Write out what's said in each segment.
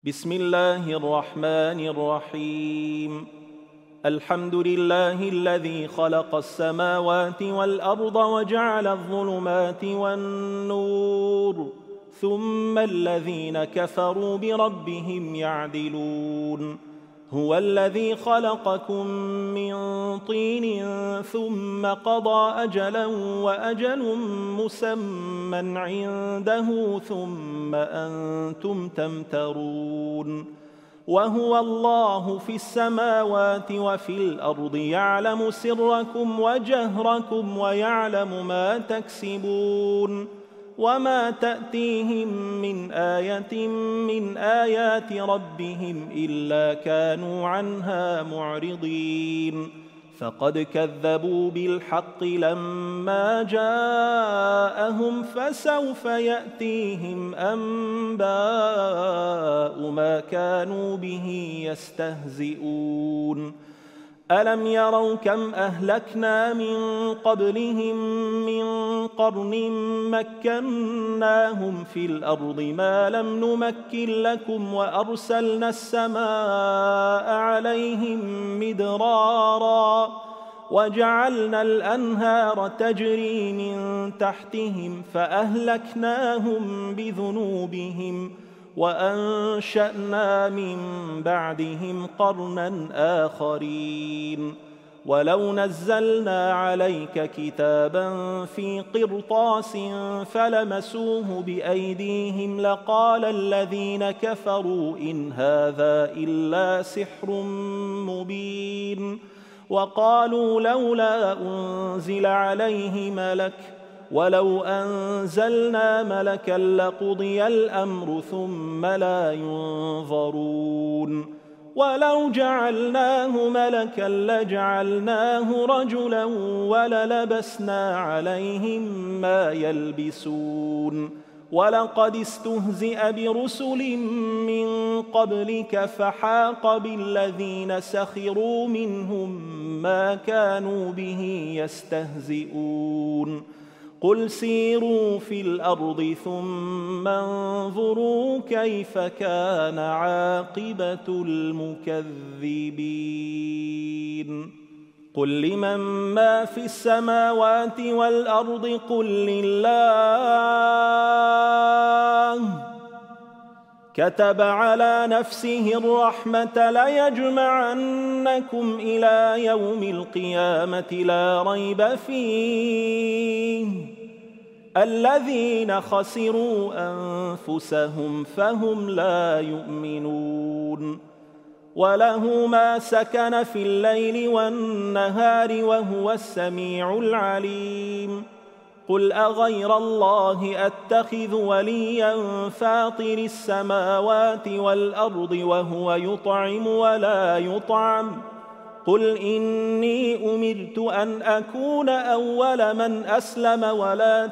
بسم الله الرحمن الرحيم. الحمد لله الذي خلق السماوات والأرض وجعل الظلمات والنور، ثم الذين كفروا بربهم يعدلون. هو الذي خلقكم من طين ثم قضى أجلا وأجل مسمى عنده ثم أنتم تمترون. وهو الله في السماوات وفي الأرض يعلم سركم وجهركم ويعلم ما تكسبون. وما تأتيهم من آية من آيات ربهم إلا كانوا عنها معرضين. فقد كذبوا بالحق لما جاءهم، فسوف يأتيهم أنباء ما كانوا به يستهزئون. ألم يروا كم أهلكنا من قبلهم من قرن مكناهم في الأرض ما لم نمكن لكم، وأرسلنا السماء عليهم مدرارا وجعلنا الأنهار تجري من تحتهم فأهلكناهم بذنوبهم وأنشأنا من بعدهم قرنا آخرين. ولو نزلنا عليك كتابا في قرطاس فلمسوه بأيديهم لقال الذين كفروا إن هذا إلا سحر مبين. وقالوا لولا أنزل عليه ملك، ولو أنزلنا ملكا لقضي الأمر ثم لا ينظرون. ولو جعلناه ملكا لجعلناه رجلا وللبسنا عليهم ما يلبسون. ولقد استهزئ برسل من قبلك فحاق بالذين سخروا منهم ما كانوا به يستهزئون. قل سيروا في الأرض ثم انظروا كيف كان عاقبة المكذبين. قل لمن ما في السماوات والأرض قل لله. كتب على نفسه الرحمة ليجمعنكم إلى يوم القيامة لا ريب فيه. الذين خسروا أنفسهم فهم لا يؤمنون. وله ما سكن في الليل والنهار وهو السميع العليم. قل أغير الله أتخذ وليا فاطر السماوات والأرض وهو يطعم ولا يطعم. قل إني أمرت أن أكون أول من أسلم ولا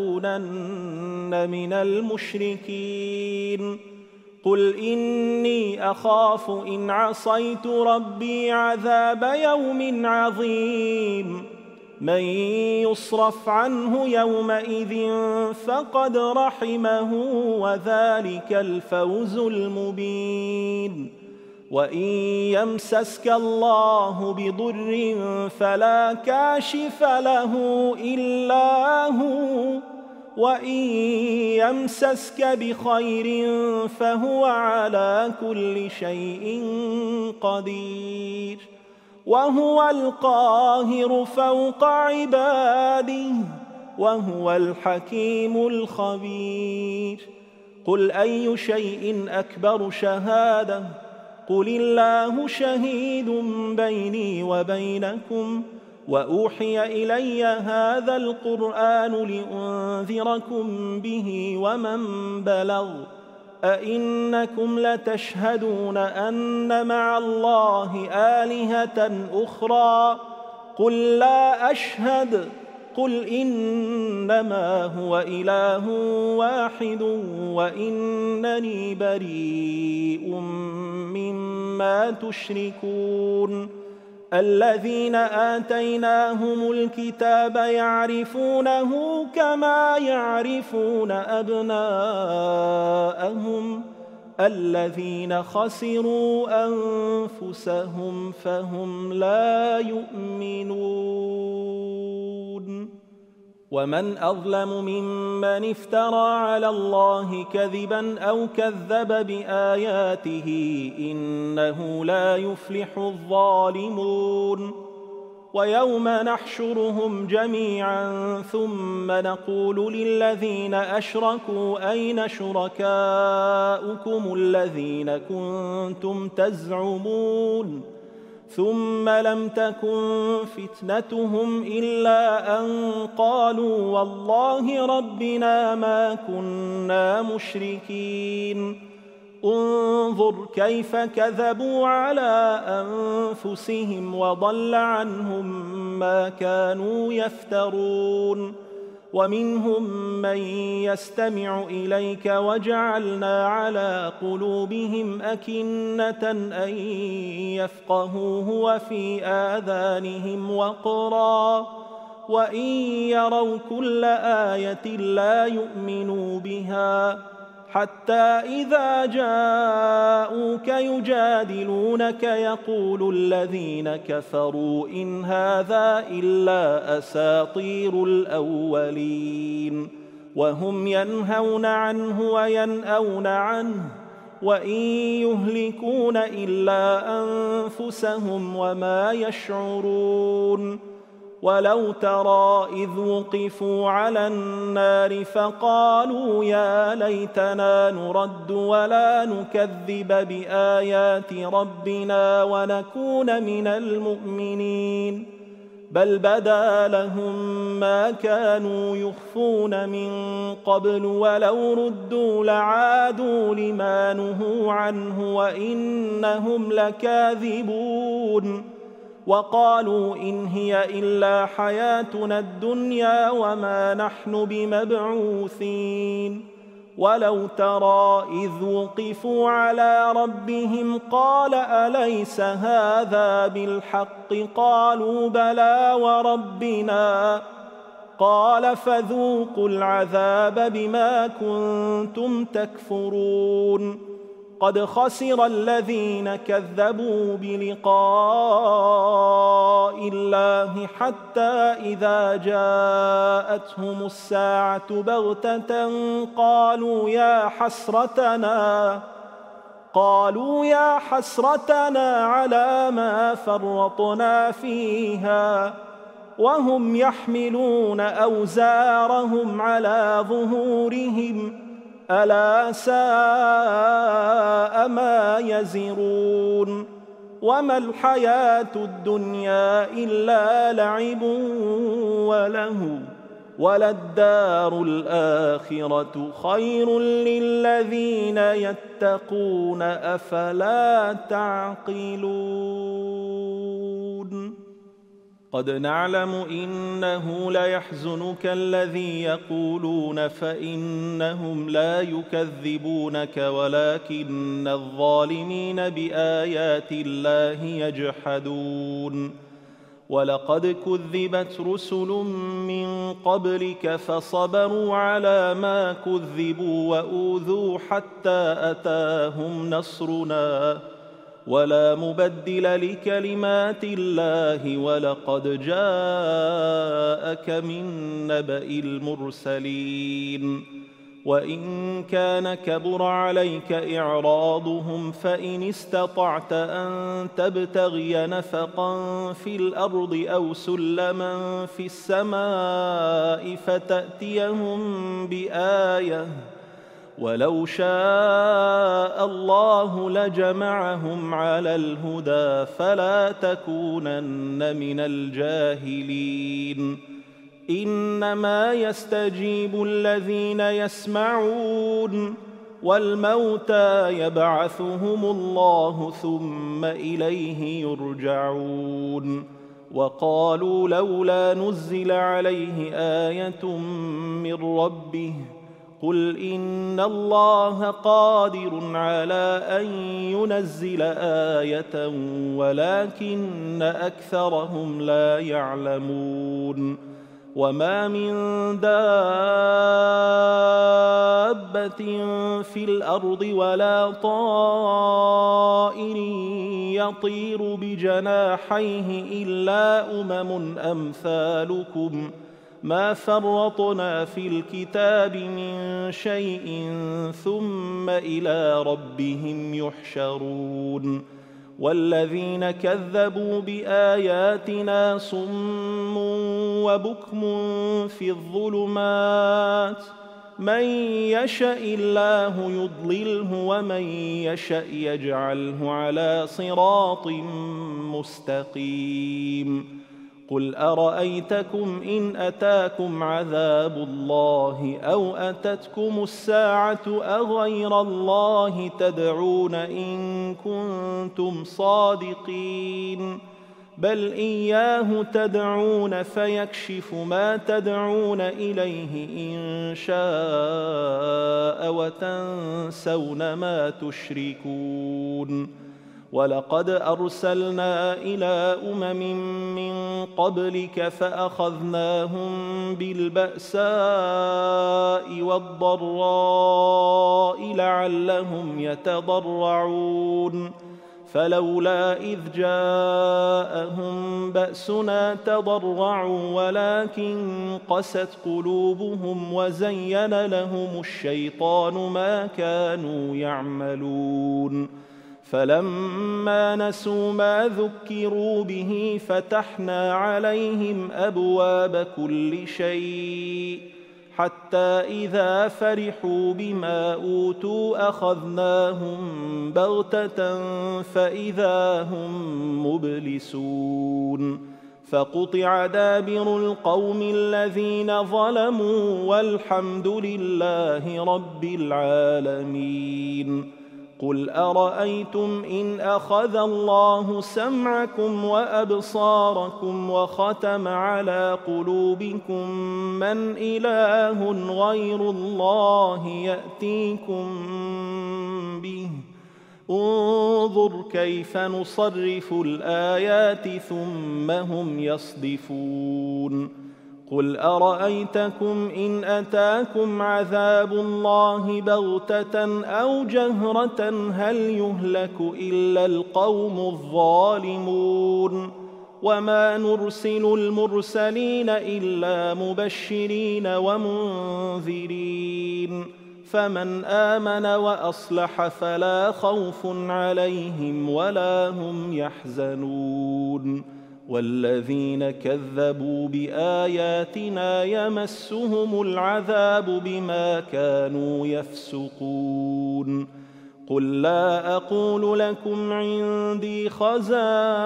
تكونن من المشركين. قل إني أخاف إن عصيت ربي عذاب يوم عظيم. من يصرف عنه يومئذ فقد رحمه وذلك الفوز المبين. وإن يمسسك الله بضر فلا كاشف له إلا هو، وإن يمسسك بخير فهو على كل شيء قدير. وهو القاهر فوق عباده وهو الحكيم الخبير. قل أي شيء أكبر شهادة؟ قل الله شهيد بيني وبينكم. وأوحي إلي هذا القرآن لأنذركم به ومن بلغ. أئنكم لتشهدون أن مع الله آلهة أخرى؟ قل لا أشهد. قل إنما هو إله واحد وإنني بريء مما تشركون. الذين آتيناهم الكتاب يعرفونه كما يعرفون أبناءهم الذين خسروا أنفسهم فهم لا يؤمنون. ومن أظلم ممن افترى على الله كذبا أو كذب بآياته إنه لا يفلح الظالمون. ويوم نحشرهم جميعا ثم نقول للذين أشركوا أين شركاؤكم الذين كنتم تزعمون ثم لم تكن فتنتهم إلا أن قالوا والله ربنا ما كنا مشركين. انظر كيف كذبوا على أنفسهم وضل عنهم ما كانوا يفترون. ومنهم من يستمع إليك وجعلنا على قلوبهم أكنة أن يفقهوه وفي آذانهم وقرا وإن يروا كل آية لا يؤمنوا بها حتى إذا جاءوك يجادلونك يقول الذين كفروا إن هذا إلا أساطير الأولين وهم ينهون عنه وينأون عنه وإن يهلكون إلا أنفسهم وما يشعرون. ولو ترى إذ وقفوا على النار فقالوا يا ليتنا نرد ولا نكذب بآيات ربنا ونكون من المؤمنين بل بدا لهم ما كانوا يخفون من قبل ولو ردوا لعادوا لما نهوا عنه وإنهم لكاذبون. وقالوا إن هي إلا حياتنا الدنيا وما نحن بمبعوثين. ولو ترى إذ وقفوا على ربهم قال أليس هذا بالحق قالوا بلى وربنا قال فذوقوا العذاب بما كنتم تكفرون. قد خسر الذين كذبوا بلقاء الله حتى إذا جاءتهم الساعة بغتة قالوا يا حسرتنا على ما فرطنا فيها وهم يحملون أوزارهم على ظهورهم ألا ساء ما يزرون. وما الحياة الدنيا إلا لعب ولهو وللدار الآخرة خير للذين يتقون أفلا تعقلون. قد نعلم إنه ليحزنك الذي يقولون فإنهم لا يكذبونك ولكن الظالمين بآيات الله يجحدون. ولقد كذبت رسل من قبلك فصبروا على ما كذبوا وأوذوا حتى أتاهم نصرنا ولا مبدل لكلمات الله ولقد جاءك من نبأ المرسلين. وإن كان كبر عليك إعراضهم فإن استطعت أن تبتغي نفقا في الأرض أو سلما في السماء فتأتيهم بآية ولو شاء الله لجمعهم على الهدى فلا تكونن من الجاهلين. إنما يستجيب الذين يسمعون والموتى يبعثهم الله ثم إليه يرجعون. وقالوا لولا نزل عليه آية من ربه قل إن الله قادر على أن ينزل آية ولكن أكثرهم لا يعلمون. وما من دابة في الأرض ولا طائر يطير بجناحيه إلا أمم أمثالكم ما فرطنا في الكتاب من شيء ثم إلى ربهم يحشرون والذين كذبوا بآياتنا صم وبكم في الظلمات من يشأ الله يضلله ومن يشأ يجعله على صراط مستقيم قل أرأيتكم إن أتاكم عذاب الله أو أتتكم الساعة أغير الله تدعون إن كنتم صادقين بل إياه تدعون فيكشف ما تدعون إليه إن شاء وتنسون ما تشركون ولقد أرسلنا إلى أمم من قبلك فأخذناهم بالبأساء والضراء لعلهم يتضرعون فلولا إذ جاءهم بأسنا تضرعوا ولكن قست قلوبهم وزين لهم الشيطان ما كانوا يعملون فلما نسوا ما ذكروا به فتحنا عليهم أبواب كل شيء حتى إذا فرحوا بما أوتوا أخذناهم بغتة فإذا هم مبلسون فقطع دابر القوم الذين ظلموا والحمد لله رب العالمين قل أرأيتم إن أخذ الله سمعكم وأبصاركم وختم على قلوبكم من إله غير الله يأتيكم به انظر كيف نصرف الآيات ثم هم يصدفون قل أرأيتكم إن أتاكم عذاب الله بغتة أو جهرة هل يهلك إلا القوم الظالمون وما نرسل المرسلين إلا مبشرين ومنذرين فمن آمن وأصلح فلا خوف عليهم ولا هم يحزنون والذين كذبوا بآياتنا يمسهم العذاب بما كانوا يفسقون قل لا أقول لكم عندي خزائن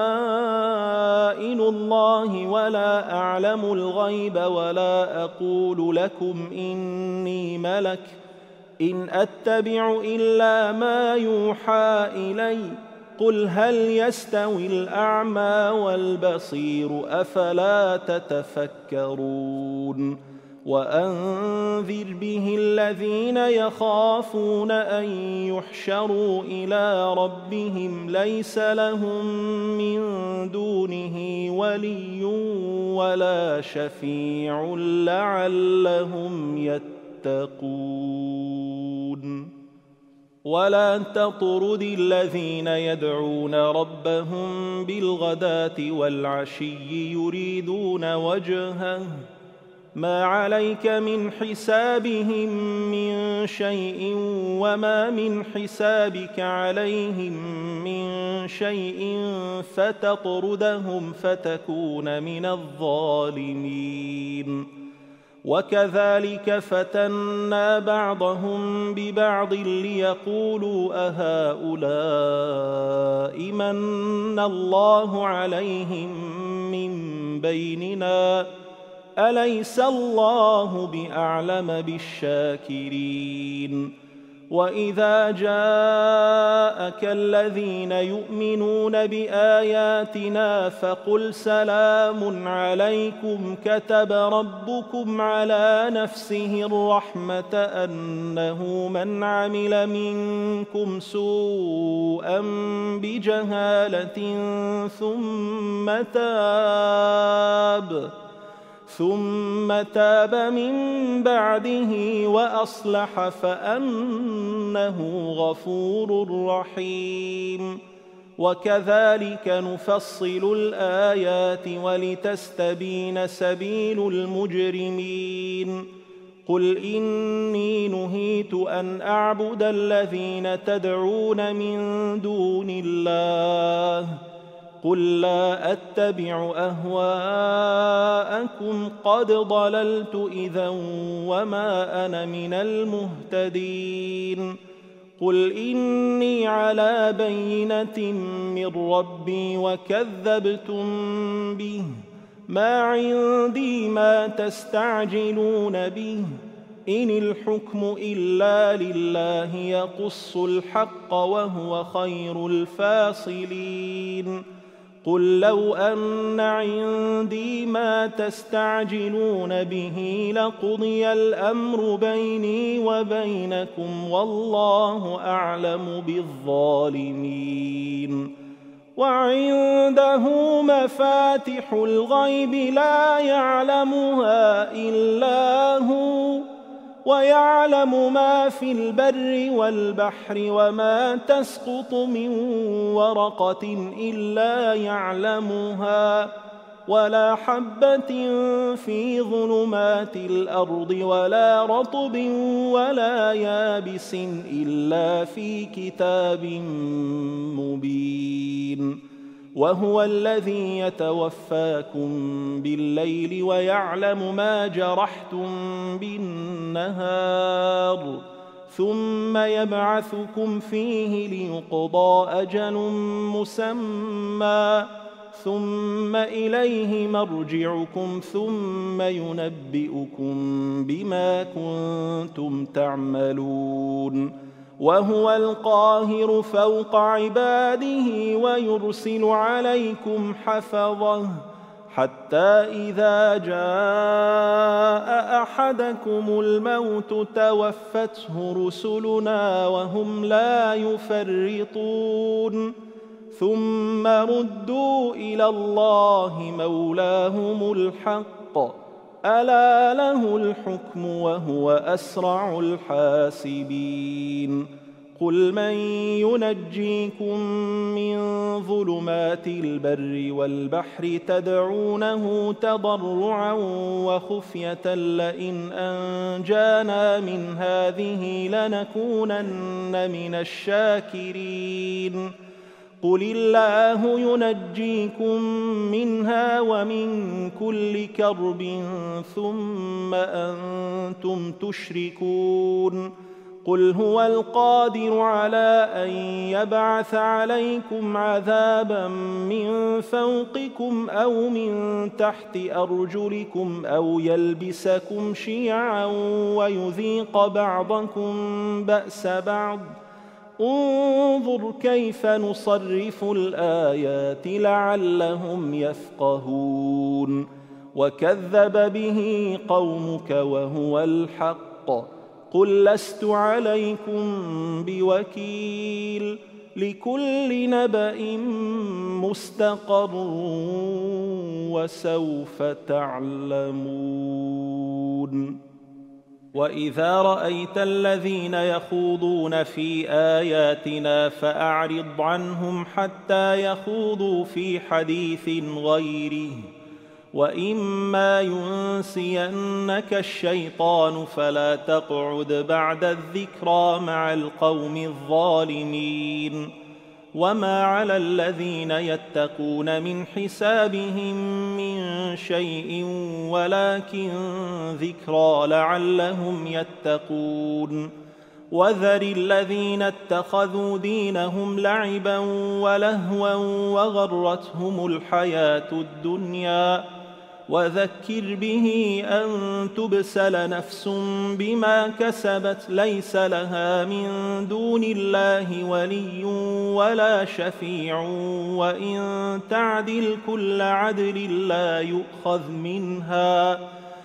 الله ولا أعلم الغيب ولا أقول لكم إني ملك إن أتبع إلا ما يوحى إلي قل هل يستوي الأعمى والبصير أفلا تتفكرون وأنذر به الذين يخافون أن يحشروا إلى ربهم ليس لهم من دونه ولي ولا شفيع لعلهم يتقون ولا تطرد الذين يدعون ربهم بالغداة والعشي يريدون وجهه ما عليك من حسابهم من شيء وما من حسابك عليهم من شيء فتطردهم فتكون من الظالمين وكذلك فتنا بعضهم ببعض ليقولوا أهؤلاء من الله عليهم من بيننا أليس الله بأعلم بالشاكرين وإذا جاءك الذين يؤمنون بآياتنا فقل سلام عليكم كتب ربكم على نفسه الرحمة أنه من عمل منكم سوءا ثم تاب من بعده وأصلح فأنه غفور رحيم. وكذلك نفصل الآيات ولتستبين سبيل المجرمين. قل إني نهيت أن أعبد الذين تدعون من دون الله قل لا أتبع أهواءكم قد ضللت إذا وما أنا من المهتدين. قل إني على بينة من ربي وكذبتم به ما عندي ما تستعجلون به إن الحكم إلا لله يقص الحق وهو خير الفاصلين. قل لو أن عندي ما تستعجلون به لقضي الأمر بيني وبينكم والله أعلم بالظالمين. وعنده مفاتح الغيب لا يعلمها إلا هو ويعلم ما في البر والبحر وما تسقط من ورقة إلا يعلمها ولا حبة في ظلمات الأرض ولا رطب ولا يابس إلا في كتاب مبين. وهو الذي يتوفاكم بالليل ويعلم ما جرحتم بالنهار ثم يبعثكم فيه ليقضى أجل مسمى ثم إليه مرجعكم ثم ينبئكم بما كنتم تعملون. وهو القاهر فوق عباده ويرسل عليكم حفظه حتى إذا جاء أحدكم الموت توفته رسلنا وهم لا يفرطون ثم ردوا إلى الله مولاهم الحق ألا له الحكم وهو أسرع الحاسبين. قل من ينجيكم من ظلمات البر والبحر تدعونه تضرعا وخفية لئن أنجانا من هذه لنكونن من الشاكرين. قل الله ينجيكم منها ومن كل كرب ثم أنتم تشركون. قل هو القادر على أن يبعث عليكم عذابا من فوقكم أو من تحت أرجلكم أو يلبسكم شيعا ويذيق بعضكم بأس بعض انظر كيف نصرف الآيات لعلهم يفقهون. وكذب به قومك وهو الحق قل لست عليكم بوكيل لكل نبأ مستقر وسوف تعلمون. وإذا رأيت الذين يخوضون في آياتنا فأعرض عنهم حتى يخوضوا في حديث غيره وإما ينسينك الشيطان فلا تقعد بعد الذكرى مع القوم الظالمين. وما على الذين يتقون من حسابهم من شيء ولكن ذكرى لعلهم يتقون. وذر الذين اتخذوا دينهم لعبا ولهوا وغرتهم الحياة الدنيا وذكر به أن تبسل نفس بما كسبت ليس لها من دون الله ولي ولا شفيع وإن تعدل كل عدل لا يؤخذ منها.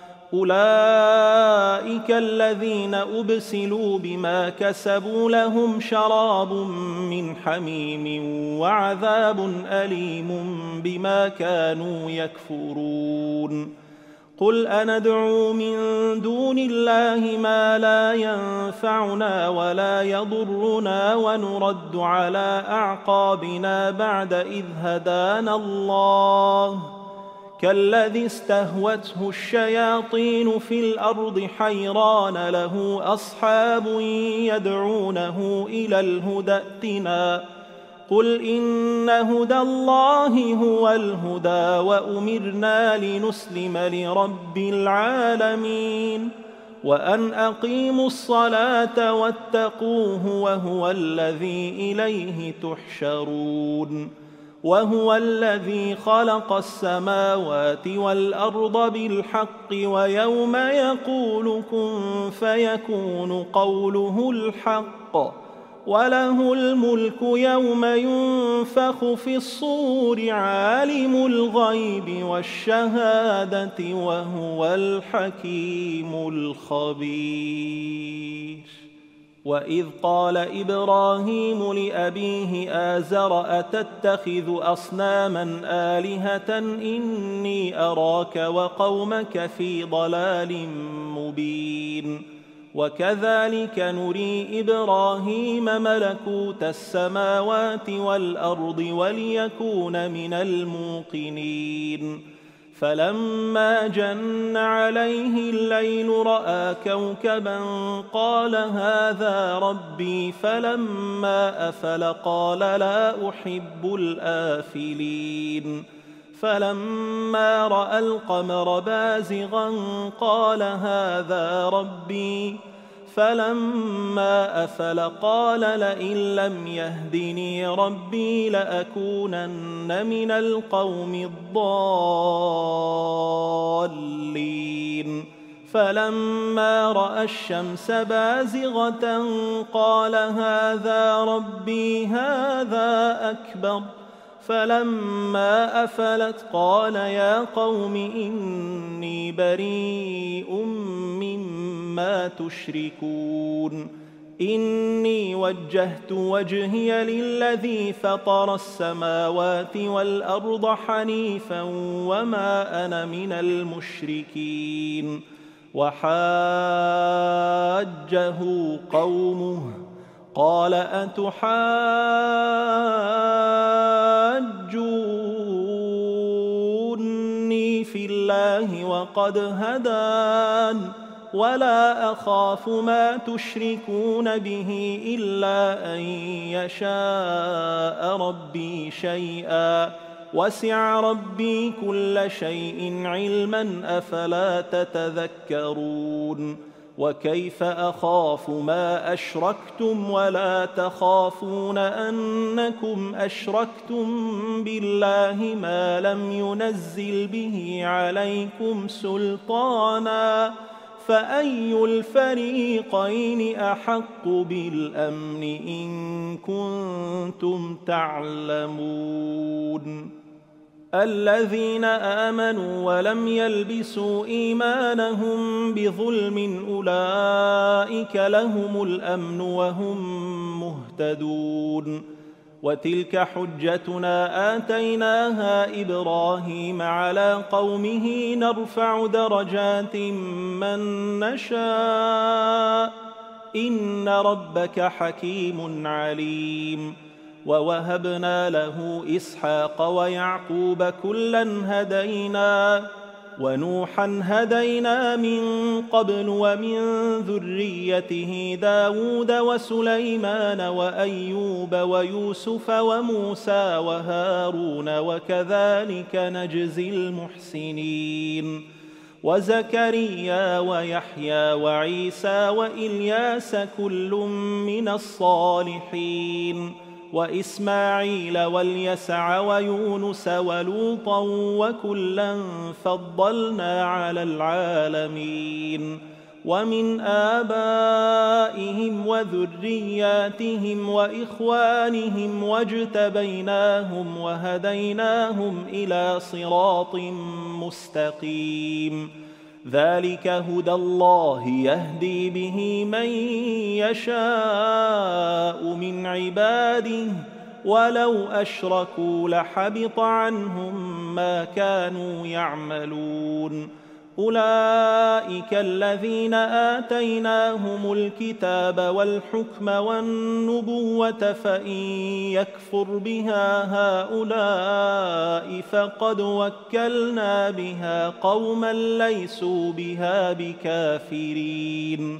أولئك الذين أبسلوا بما كسبوا لهم شراب من حميم وعذاب أليم بما كانوا يكفرون. قل أندعو من دون الله ما لا ينفعنا ولا يضرنا ونرد على أعقابنا بعد إذ هدانا الله كالذي استهوته الشياطين في الأرض حيران له أصحاب يدعونه إلى الهدى ائتنا قل إن هدى الله هو الهدى وأمرنا لنسلم لرب العالمين وأن أقيموا الصلاة واتقوه وهو الذي إليه تحشرون وهو الذي خلق السماوات والأرض بالحق ويوم يقول كن فيكون قوله الحق وله الملك يوم ينفخ في الصور عالم الغيب والشهادة وهو الحكيم الخبير وإذ قال إبراهيم لأبيه آزر أتتخذ أصناما آلهة إني أراك وقومك في ضلال مبين وكذلك نري إبراهيم ملكوت السماوات والأرض وليكون من الموقنين فلما جن عليه الليل رأى كوكبا قال هذا ربي فلما أفل قال لا أحب الآفلين فلما رأى القمر بازغا قال هذا ربي فلما أفل قال لئن لم يهدني ربي لأكونن من القوم الضالين فلما رأى الشمس بازغة قال هذا ربي هذا أكبر فلما أفلت قال يا قوم إني بريء مما تشركون إني وجهت وجهي للذي فطر السماوات والأرض حنيفا وما أنا من المشركين وحاجه قومه قال أتحاجوني في الله وقد هدان ولا أخاف ما تشركون به إلا أن يشاء ربي شيئا وسع ربي كل شيء علما أفلا تتذكرون وكيف أخاف ما أشركتم ولا تخافون أنكم أشركتم بالله ما لم ينزل به عليكم سلطانا فأي الفريقين أحق بالأمن إن كنتم تعلمون الذين آمنوا ولم يلبسوا إيمانهم بظلم أولئك لهم الأمن وهم مهتدون وتلك حجتنا آتيناها إبراهيم على قومه نرفع درجات من نشاء إن ربك حكيم عليم ووهبنا له إسحاق ويعقوب كلا هدينا ونوحا هدينا من قبل ومن ذريته داود وسليمان وأيوب ويوسف وموسى وهارون وكذلك نجزي المحسنين وزكريا ويحيى وعيسى وإلياس كل من الصالحين وإسماعيل واليسع ويونس ولوطا وكلا فضلنا على العالمين ومن آبائهم وذرياتهم وإخوانهم واجتبيناهم وهديناهم إلى صراط مستقيم ذلك هدى الله يهدي به من يشاء من عباده ولو أشركوا لحبط عنهم ما كانوا يعملون أولئك الذين آتيناهم الكتاب والحكم والنبوة فإن يكفر بها هؤلاء فقد وكلنا بها قوما ليسوا بها بكافرين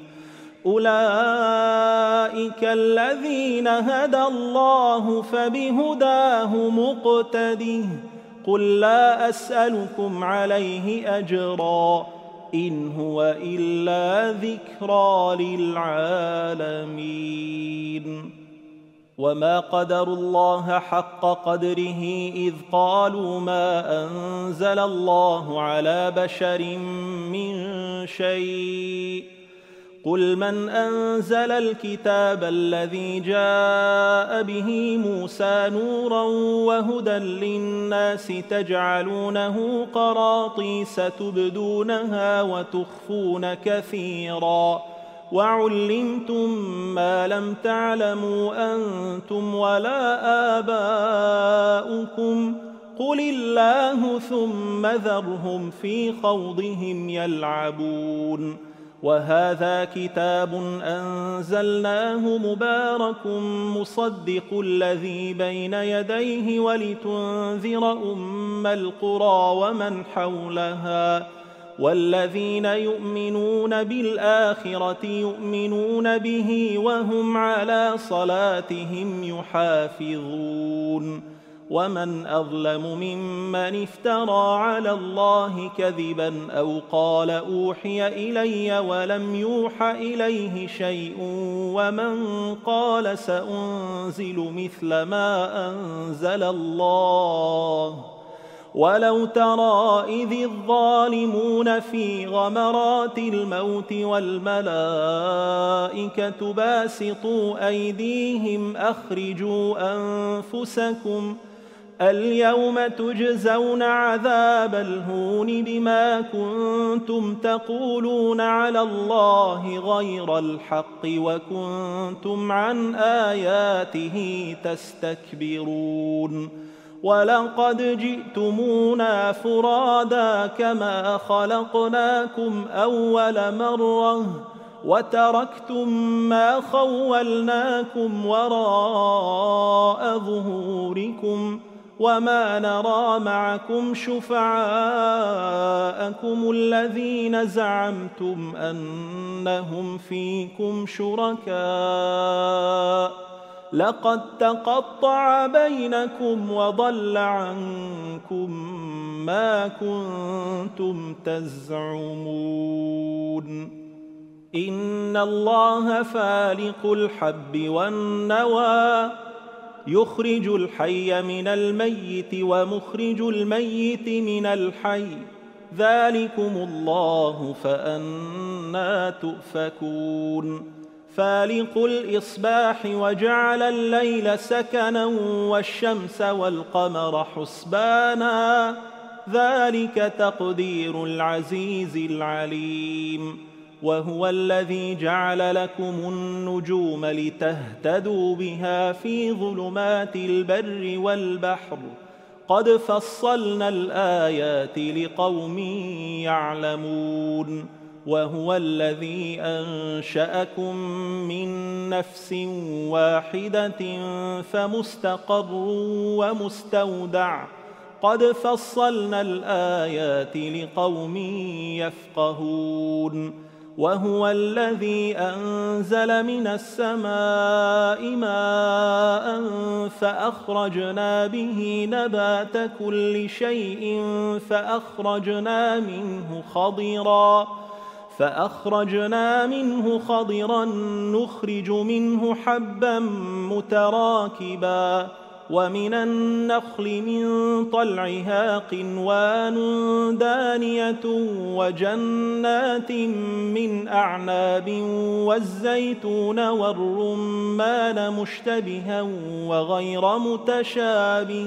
أولئك الذين هدى الله فبهداه مقتده قل لا أسألكم عليه أجرا إن هو إلا ذكرى للعالمين وما قدروا الله حق قدره إذ قالوا ما أنزل الله على بشر من شيء قل من أنزل الكتاب الذي جاء به موسى نورا وهدى للناس تجعلونه قراطيس تبدونها وتخفون كثيرا وعلمتم ما لم تعلموا أنتم ولا آباؤكم قل الله ثم ذرهم في خوضهم يلعبون وهذا كتاب أنزلناه مبارك مصدق الذي بين يديه ولتنذر أم القرى ومن حولها والذين يؤمنون بالآخرة يؤمنون به وهم على صلاتهم يحافظون ومن أظلم ممن افترى على الله كذبا أو قال أوحي إلي ولم يوح إليه شيء ومن قال سأنزل مثل ما أنزل الله ولو ترى إذ الظالمون في غمرات الموت والملائكة باسطوا أيديهم أخرجوا أنفسكم اليوم تجزون عذاب الهون بما كنتم تقولون على الله غير الحق وكنتم عن آياته تستكبرون ولقد جئتمونا فرادا كما خلقناكم أول مرة وتركتم ما خولناكم وراء ظهوركم وما نرى معكم شفعاءكم الذين زعمتم أنهم فيكم شركاء لقد تقطع بينكم وضل عنكم ما كنتم تزعمون إن الله فالق الحب والنوى يخرج الحي من الميت ومخرج الميت من الحي ذلكم الله فأنى تؤفكون فالق الإصباح وجعل الليل سكنا والشمس والقمر حسبانا ذلك تقدير العزيز العليم وهو الذي جعل لكم النجوم لتهتدوا بها في ظلمات البر والبحر قد فصلنا الآيات لقوم يعلمون وهو الذي أنشأكم من نفس واحدة فمستقر ومستودع قد فصلنا الآيات لقوم يفقهون وهو الذي أنزل من السماء ماء فأخرجنا به نبات كل شيء فأخرجنا منه خضرا نخرج منه حبا متراكبا ومن النخل من طلعها قنوان دانية وجنات من أعناب والزيتون والرمان مشتبها وغير متشابه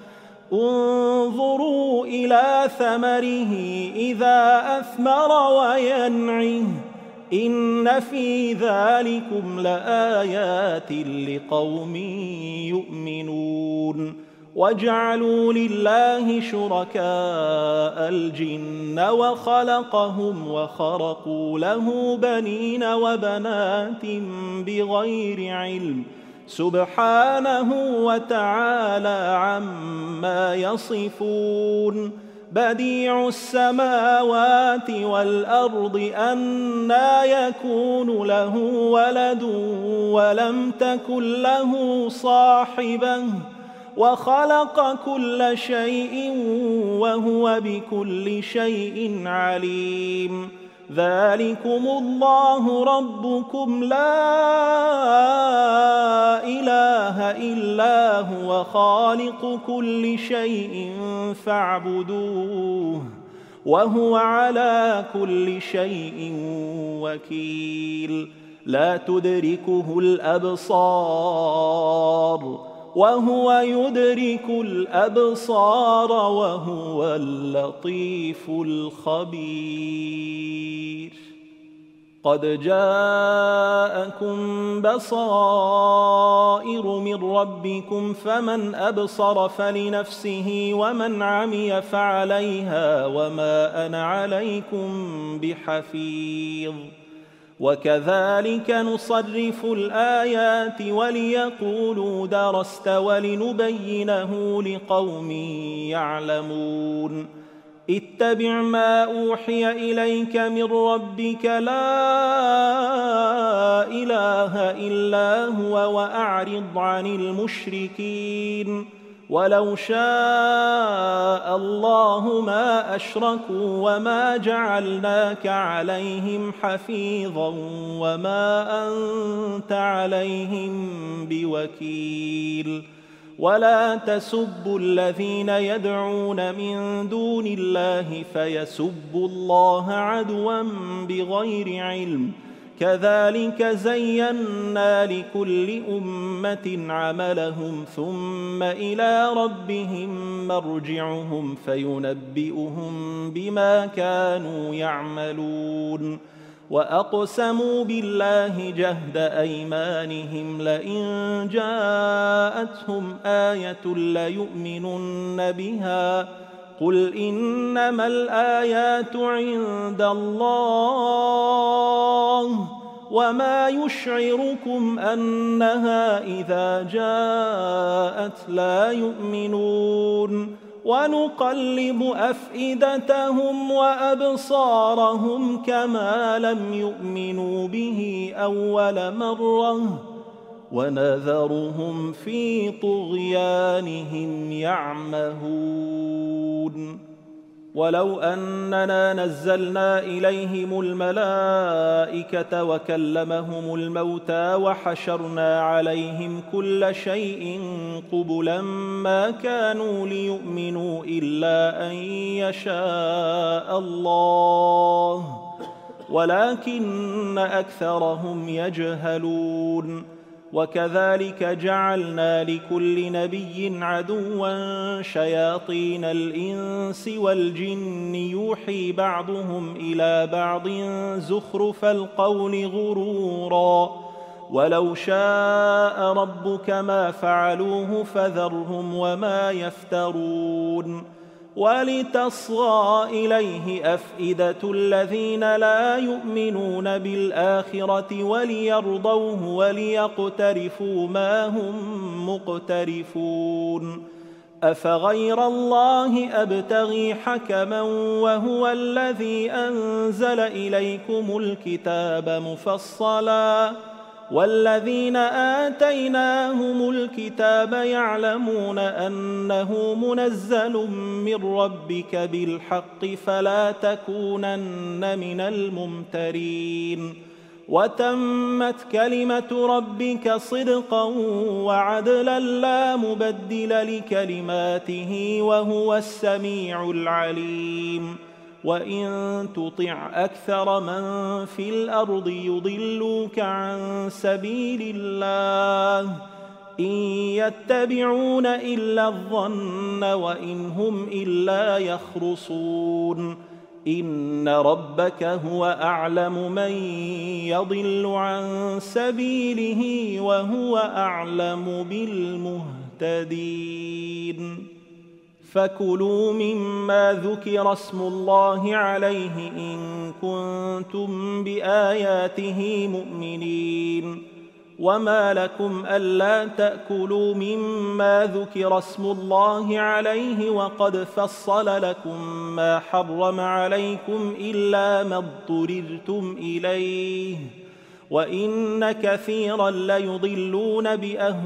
انظروا إلى ثمره إذا أثمر وينعه إن في ذلكم لآيات لقوم يؤمنون وجعلوا لله شركاء الجن وخلقهم وخرقوا له بنين وبنات بغير علم سبحانه وتعالى عما يصفون بديع السماوات والأرض أنى يكون له ولد ولم تكن له صاحبة وخلق كل شيء وهو بكل شيء عليم ذلكم الله ربكم لا إله إلا هو خالق كل شيء فاعبدوه وهو على كل شيء وكيل لا تدركه الأبصار وهو يدرك الأبصار وهو اللطيف الخبير قد جاءكم بصائر من ربكم فمن أبصر فلنفسه ومن عمي فعليها وما أنا عليكم بحفيظ وكذلك نصرف الآيات وليقولوا درست ولنبينه لقوم يعلمون اتبع ما أوحي إليك من ربك لا إله إلا هو وأعرض عن المشركين ولو شاء الله ما أشركوا وما جعلناك عليهم حفيظا وما أنت عليهم بوكيل ولا تسبوا الذين يدعون من دون الله فيسبوا الله عدوا بغير علم كذلك زينا لكل أمة عملهم ثم إلى ربهم مرجعهم فينبئهم بما كانوا يعملون وأقسموا بالله جهد أيمانهم لئن جاءتهم آية ليؤمنن بها قل إنما الآيات عند الله وما يشعركم أنها إذا جاءت لا يؤمنون ونقلب أفئدتهم وأبصارهم كما لم يؤمنوا به أول مرة ونذرهم في طغيانهم يعمهون ولو أننا نزلنا إليهم الملائكة وكلمهم الموتى وحشرنا عليهم كل شيء قبلا ما كانوا ليؤمنوا إلا أن يشاء الله ولكن أكثرهم يجهلون وكذلك جعلنا لكل نبي عدوا شياطين الإنس والجن يوحي بعضهم إلى بعض زخرف القول غرورا ولو شاء ربك ما فعلوه فذرهم وما يفترون ولتصغى إليه أفئدة الذين لا يؤمنون بالآخرة وليرضوه وليقترفوا ما هم مقترفون أفغير الله أبتغي حكما وهو الذي أنزل إليكم الكتاب مفصلا والذين آتيناهم الكتاب يعلمون أنه منزل من ربك بالحق فلا تكونن من الممترين وتمت كلمة ربك صدقا وعدلا لا مبدل لكلماته وهو السميع العليم وإن تطع أكثر من في الأرض يضلوك عن سبيل الله إن يتبعون إلا الظن وإن هم إلا يخرصون إن ربك هو أعلم من يضل عن سبيله وهو أعلم بالمهتدين. فكلوا مما ذكر اسم الله عليه إن كنتم بآياته مؤمنين. وما لكم ألا تأكلوا مما ذكر اسم الله عليه وقد فصل لكم ما حرم عليكم إلا ما اضطررتم إليه وإن كثيرا ليضلون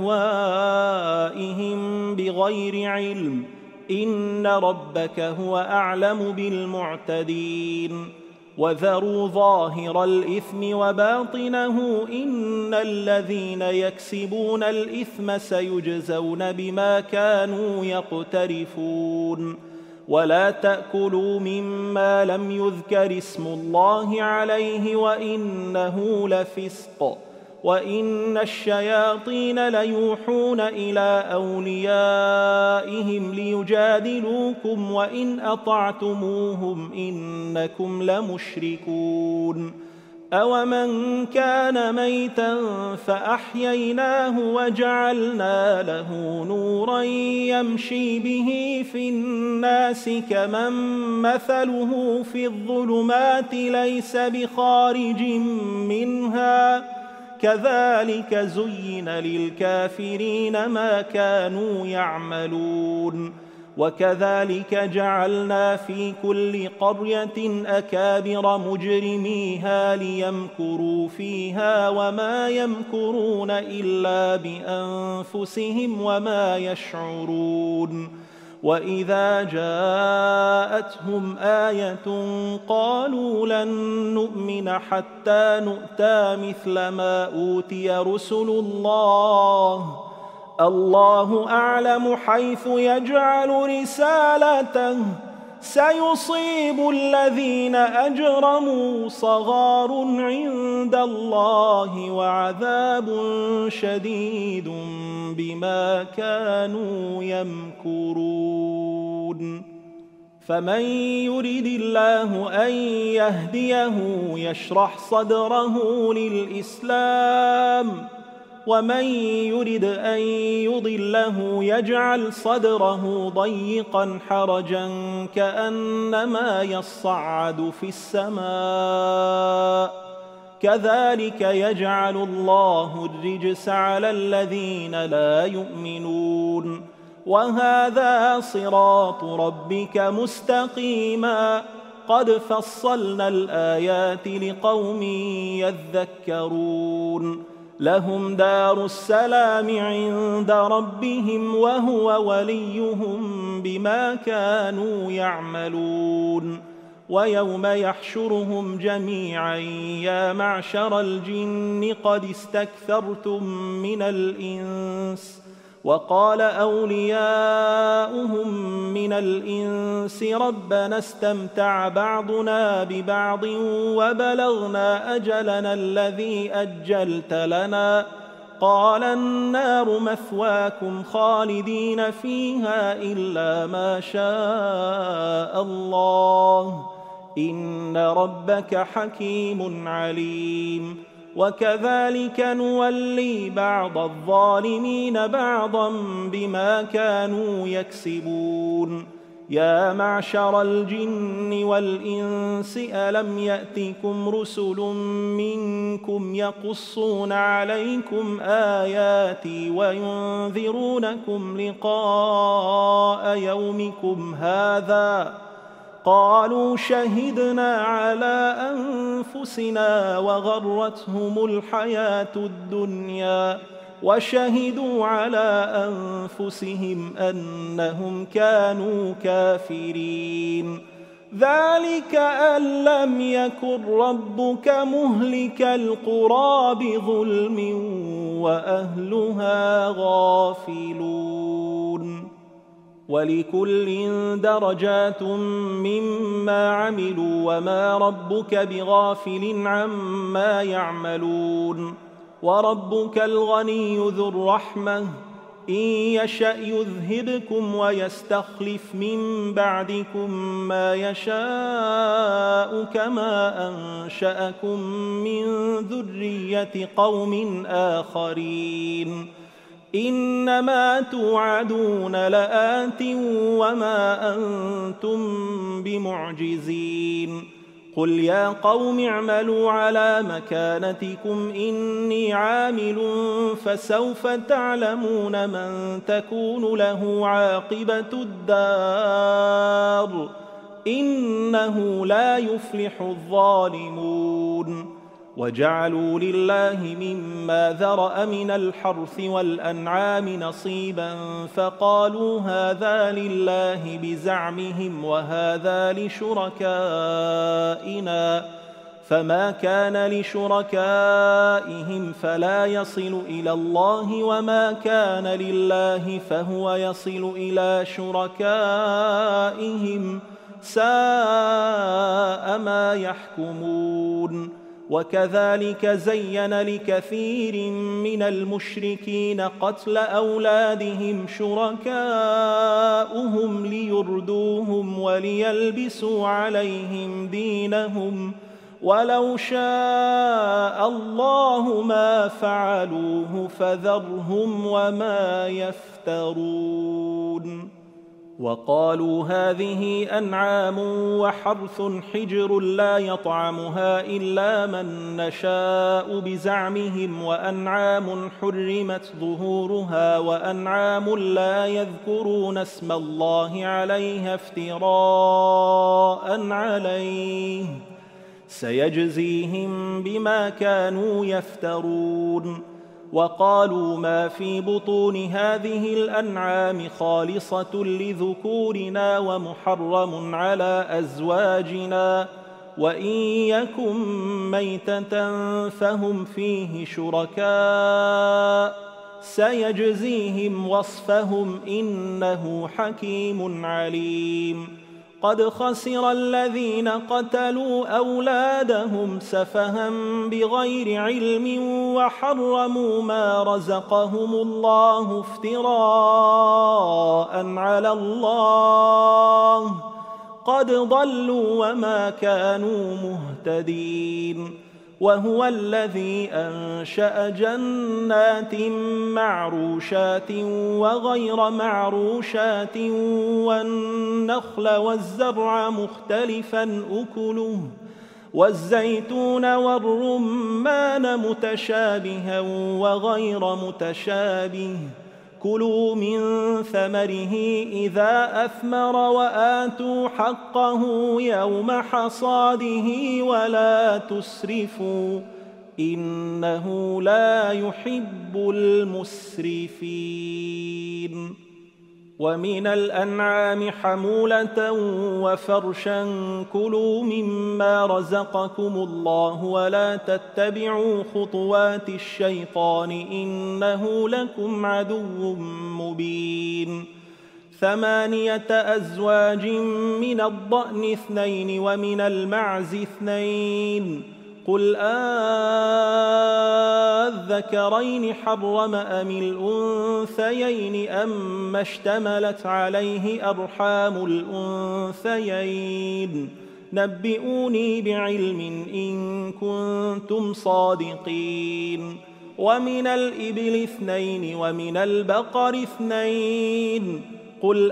بأهوائهم بغير علم إن ربك هو أعلم بالمعتدين. وذروا ظاهر الإثم وباطنه إن الذين يكسبون الإثم سيجزون بما كانوا يقترفون. ولا تأكلوا مما لم يذكر اسم الله عليه وإنه لفسق وإن الشياطين ليوحون إلى أوليائهم ليجادلوكم وإن أطعتموهم إنكم لمشركون. أومن كان ميتا فأحييناه وجعلنا له نورا يمشي به في الناس كمن مثله في الظلمات ليس بخارج منها كذلك زين للكافرين ما كانوا يعملون. وكذلك جعلنا في كل قرية أكابر مجرميها ليمكروا فيها وما يمكرون إلا بأنفسهم وما يشعرون. وإذا جاءتهم آية قالوا لن نؤمن حتى نؤتى مثل ما أوتي رسل الله الله أعلم حيث يجعل رسالته سيصيب الذين أجرموا صغار عند الله وعذاب شديد بما كانوا يمكرون. فمن يرد الله أن يهديه يشرح صدره للإسلام ومن يرد أن يضله يجعل صدره ضيقا حرجا كأنما يصعد في السماء كذلك يجعل الله الرجس على الذين لا يؤمنون. وهذا صراط ربك مستقيما قد فصلنا الآيات لقوم يذكرون. لهم دار السلام عند ربهم وهو وليهم بما كانوا يعملون. ويوم يحشرهم جميعا يا معشر الجن قد استكثرتم من الإنس وقال أولياؤهم من الإنس ربنا استمتع بعضنا ببعض وبلغنا أجلنا الذي أجلت لنا قال النار مثواكم خالدين فيها إلا ما شاء الله إن ربك حكيم عليم. وكذلك نولي بعض الظالمين بعضا بما كانوا يكسبون. يا معشر الجن والإنس ألم يأتكم رسل منكم يقصون عليكم آياتي وينذرونكم لقاء يومكم هذا قالوا شهدنا على أنفسنا وغرتهم الحياة الدنيا وشهدوا على أنفسهم أنهم كانوا كافرين. ذلك أن لم يكن ربك مهلك القرى بظلم وأهلها غافلون. ولكل درجات مما عملوا وما ربك بغافل عما يعملون. وربك الغني ذو الرحمة إن يشأ يذهبكم ويستخلف من بعدكم ما يشاء كما أنشأكم من ذرية قوم آخرين إنما توعدون لآت وما أنتم بمعجزين قل يا قوم اعملوا على مكانتكم إني عامل فسوف تعلمون من تكون له عاقبة الدار إنه لا يفلح الظالمون وجعلوا لله مما ذرأ من الحرث والأنعام نصيبا فقالوا هذا لله بزعمهم وهذا لشركائنا فما كان لشركائهم فلا يصل إلى الله وما كان لله فهو يصل إلى شركائهم ساء ما يحكمون وكذلك زين لكثير من المشركين قتل أولادهم شركاؤهم ليردوهم وليلبسوا عليهم دينهم ولو شاء الله ما فعلوه فذرهم وما يفترون وقالوا هذه أنعام وحرث حجر لا يطعمها إلا من نشاء بزعمهم وأنعام حرمت ظهورها وأنعام لا يذكرون اسم الله عليها افتراء عليه سيجزيهم بما كانوا يفترون وقالوا ما في بطون هذه الأنعام خالصة لذكورنا ومحرم على أزواجنا وإن يكن ميتة فهم فيه شركاء سيجزيهم وصفهم إنه حكيم عليم قد خسر الذين قتلوا أولادهم سفها بغير علم وحرموا ما رزقهم الله افتراء على الله قد ضلوا وما كانوا مهتدين وهو الذي أنشأ جنات معروشات وغير معروشات والنخل والزرع مختلفا أكله والزيتون والرمان متشابها وغير متشابه كلوا من ثمره إذا أثمر وآتوا حقه يوم حصاده ولا تسرفوا إنه لا يحب المسرفين ومن الأنعام حمولة وفرشا كلوا مما رزقكم الله ولا تتبعوا خطوات الشيطان إنه لكم عدو مبين 8 أزواج من الضأن 2 ومن المعز 2 قل أذكرين حرم أم الأنثيين أما اشتملت عليه أرحام الأنثيين نبئوني بعلم إن كنتم صادقين ومن الإبل 2 ومن البقر 2 قل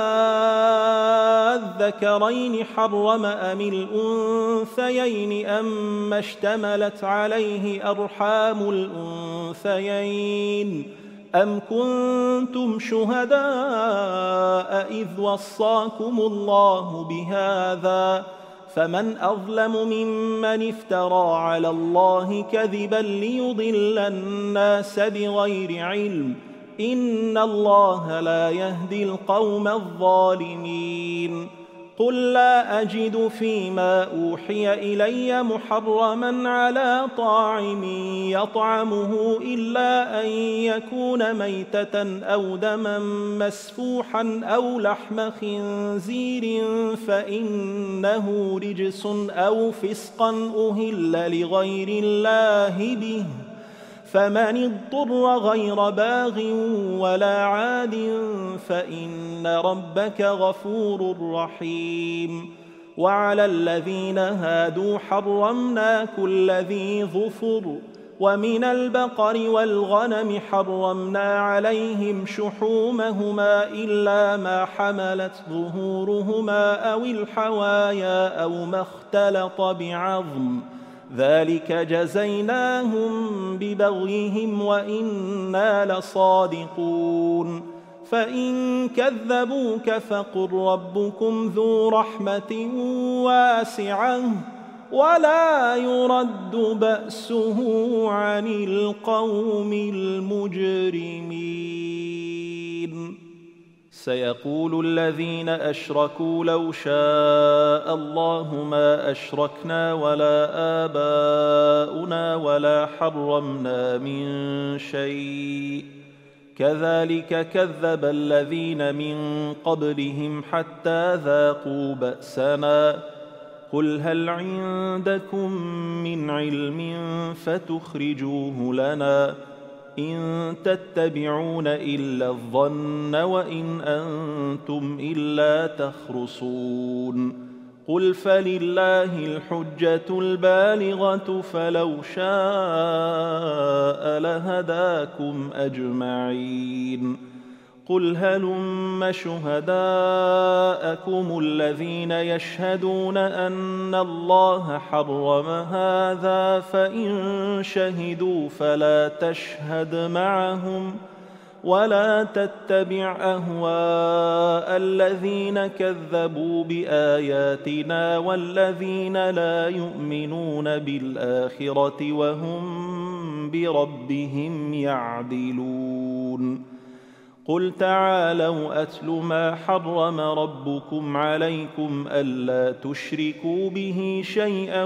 أذكرين حرم أم الأنثيين أما اشتملت عليه أرحام الأنثيين أم كنتم شهداء إذ وصاكم الله بهذا فمن أظلم ممن افترى على الله كذبا ليضل الناس بغير علم إن الله لا يهدي القوم الظالمين قل لا أجد فيما أوحي إلي محرما على طاعم يطعمه إلا أن يكون ميتة أو دما مسفوحا أو لحم خنزير فإنه رجس أو فسقا أهل لغير الله به فمن اضطر غير باغ ولا عاد فإن ربك غفور رحيم. وعلى الذين هادوا حرمنا كل ذي ظفر، ومن البقر والغنم حرمنا عليهم شحومهما إلا ما حملت ظهورهما أو الحوايا أو ما اختلط بعظم، ذلك جزيناهم ببغيهم وإنا لصادقون. فإن كذبوك فقل ربكم ذو رحمة واسعة ولا يرد بأسه عن القوم المجرمين. سيقول الذين أشركوا لو شاء الله ما أشركنا ولا آباؤنا ولا حرمنا من شيء، كذلك كذب الذين من قبلهم حتى ذاقوا بأسنا. قل هل عندكم من علم فتخرجوه لنا؟ إن تتبعون إلا الظن وإن أنتم إلا تخرصون. قل فلله الحجة البالغة فلو شاء لهداكم أجمعين. قل هلم شهداءكم الذين يشهدون أن الله حرم هذا، فإن شهدوا فلا تشهد معهم ولا تتبع أهواء الذين كذبوا بآياتنا والذين لا يؤمنون بالآخرة وهم بربهم يعدلون. قل تعالوا أتل ما حرم ربكم عليكم ألا تشركوا به شيئا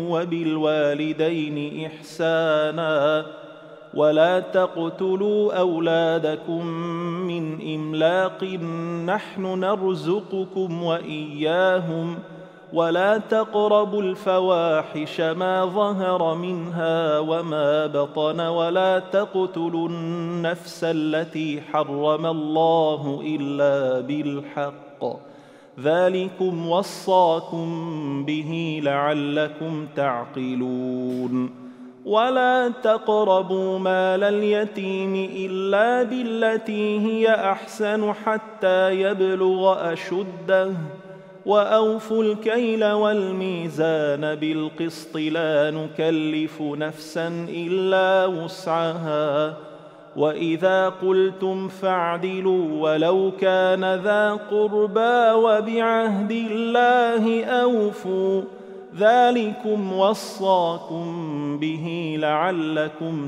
وبالوالدين إحسانا ولا تقتلوا أولادكم من إملاق نحن نرزقكم وإياهم ولا تقربوا الفواحش ما ظهر منها وما بطن ولا تقتلوا النفس التي حرم الله إلا بالحق، ذلكم وصاكم به لعلكم تعقلون. ولا تقربوا مال اليتيم إلا بالتي هي أحسن حتى يبلغ أشده، وأوفوا الكيل والميزان بالقسط لا نكلف نفسا إلا وسعها، وإذا قلتم فاعدلوا ولو كان ذا قربى وبعهد الله أوفوا، ذلكم وصاكم به لعلكم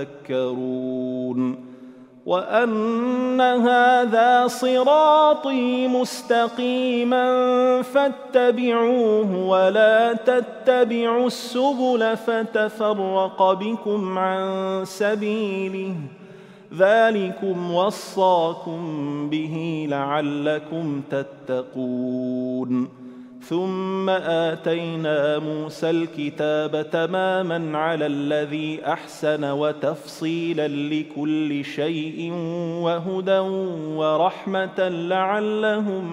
تذكرون. وأن هذا صراطي مستقيما فاتبعوه ولا تتبعوا السبل فتفرق بكم عن سبيله، ذلكم وصاكم به لعلكم تتقون. ثم آتينا موسى الكتاب تماما على الذي أحسن وتفصيلا لكل شيء وهدى ورحمة لعلهم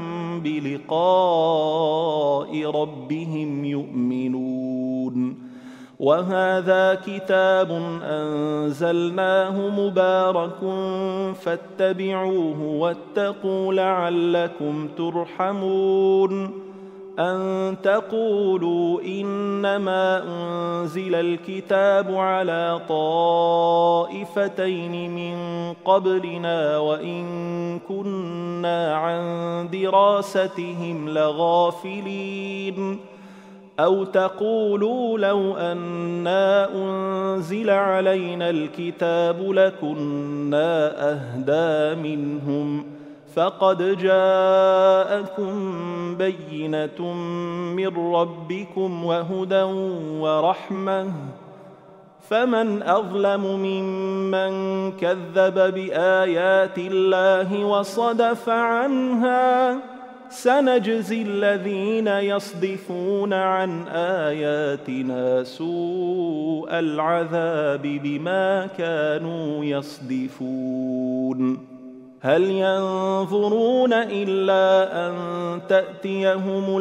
بلقاء ربهم يؤمنون. وهذا كتاب أنزلناه مبارك فاتبعوه واتقوا لعلكم ترحمون. أن تقولوا إنما أنزل الكتاب على طائفتين من قبلنا وإن كنا عن دراستهم لغافلين، أو تقولوا لو أنا أنزل علينا الكتاب لكنا أهدى منهم، فقد جاءكم بينة من ربكم وهدى ورحمة، فمن أظلم ممن كذب بآيات الله وصدف عنها، سنجزي الذين يصدفون عن آياتنا سوء العذاب بما كانوا يصدفون هل ينظرون إلا أن تأتيهم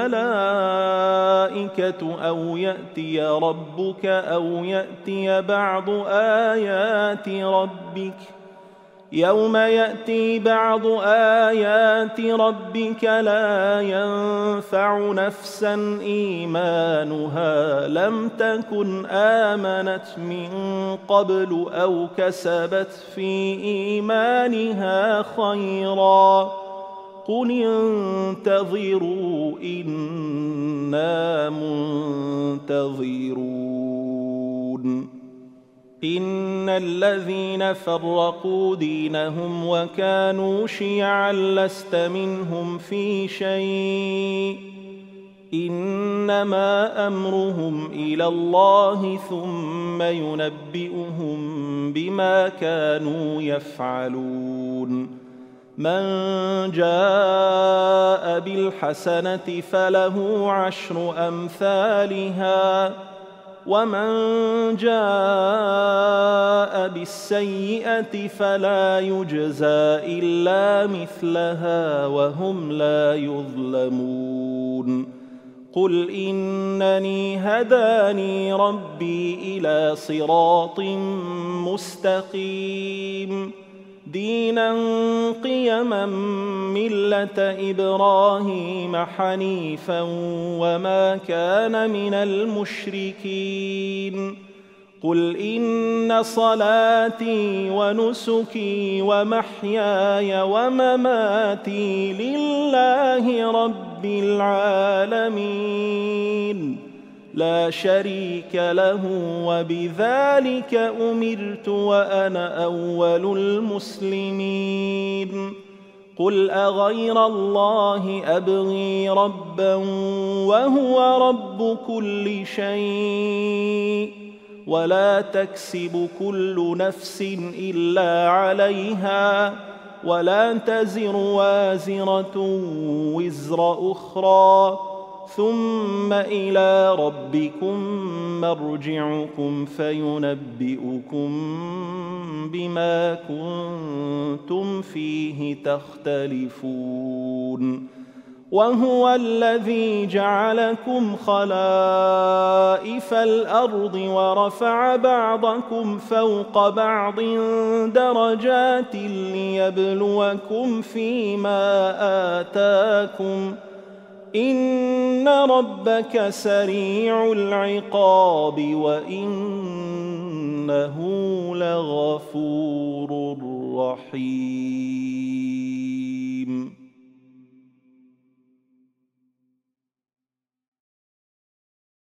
الملائكة أو يأتي ربك أو يأتي بعض آيات ربك يوم يأتي بعض آيات ربك لا ينفع نفسا إيمانها لم تكن آمنت من قبل أو كسبت في إيمانها خيرا قل انتظروا إنا منتظرون إن الذين فرقوا دينهم وكانوا شيعا لست منهم في شيء إنما أمرهم إلى الله ثم ينبئهم بما كانوا يفعلون من جاء بالحسنة فله 10 أمثالها ومن جاء بالسيئة فلا يجزى إلا مثلها وهم لا يظلمون قل إنني هداني ربي إلى صراط مستقيم دينا قيما ملة إبراهيم حنيفا وما كان من المشركين قل إن صلاتي ونسكي ومحياي ومماتي لله رب العالمين لا شريك له وبذلك أمرت وأنا أول المسلمين قل أغير الله أبغي ربا وهو رب كل شيء ولا تكسب كل نفس إلا عليها ولا تزر وازرة وزر أخرى ثم إلى ربكم مرجعكم فينبئكم بما كنتم فيه تختلفون وهو الذي جعلكم خلائف الأرض ورفع بعضكم فوق بعض درجات ليبلوكم فيما آتاكم إن ربك سريع العقاب وإنه لغفور رحيم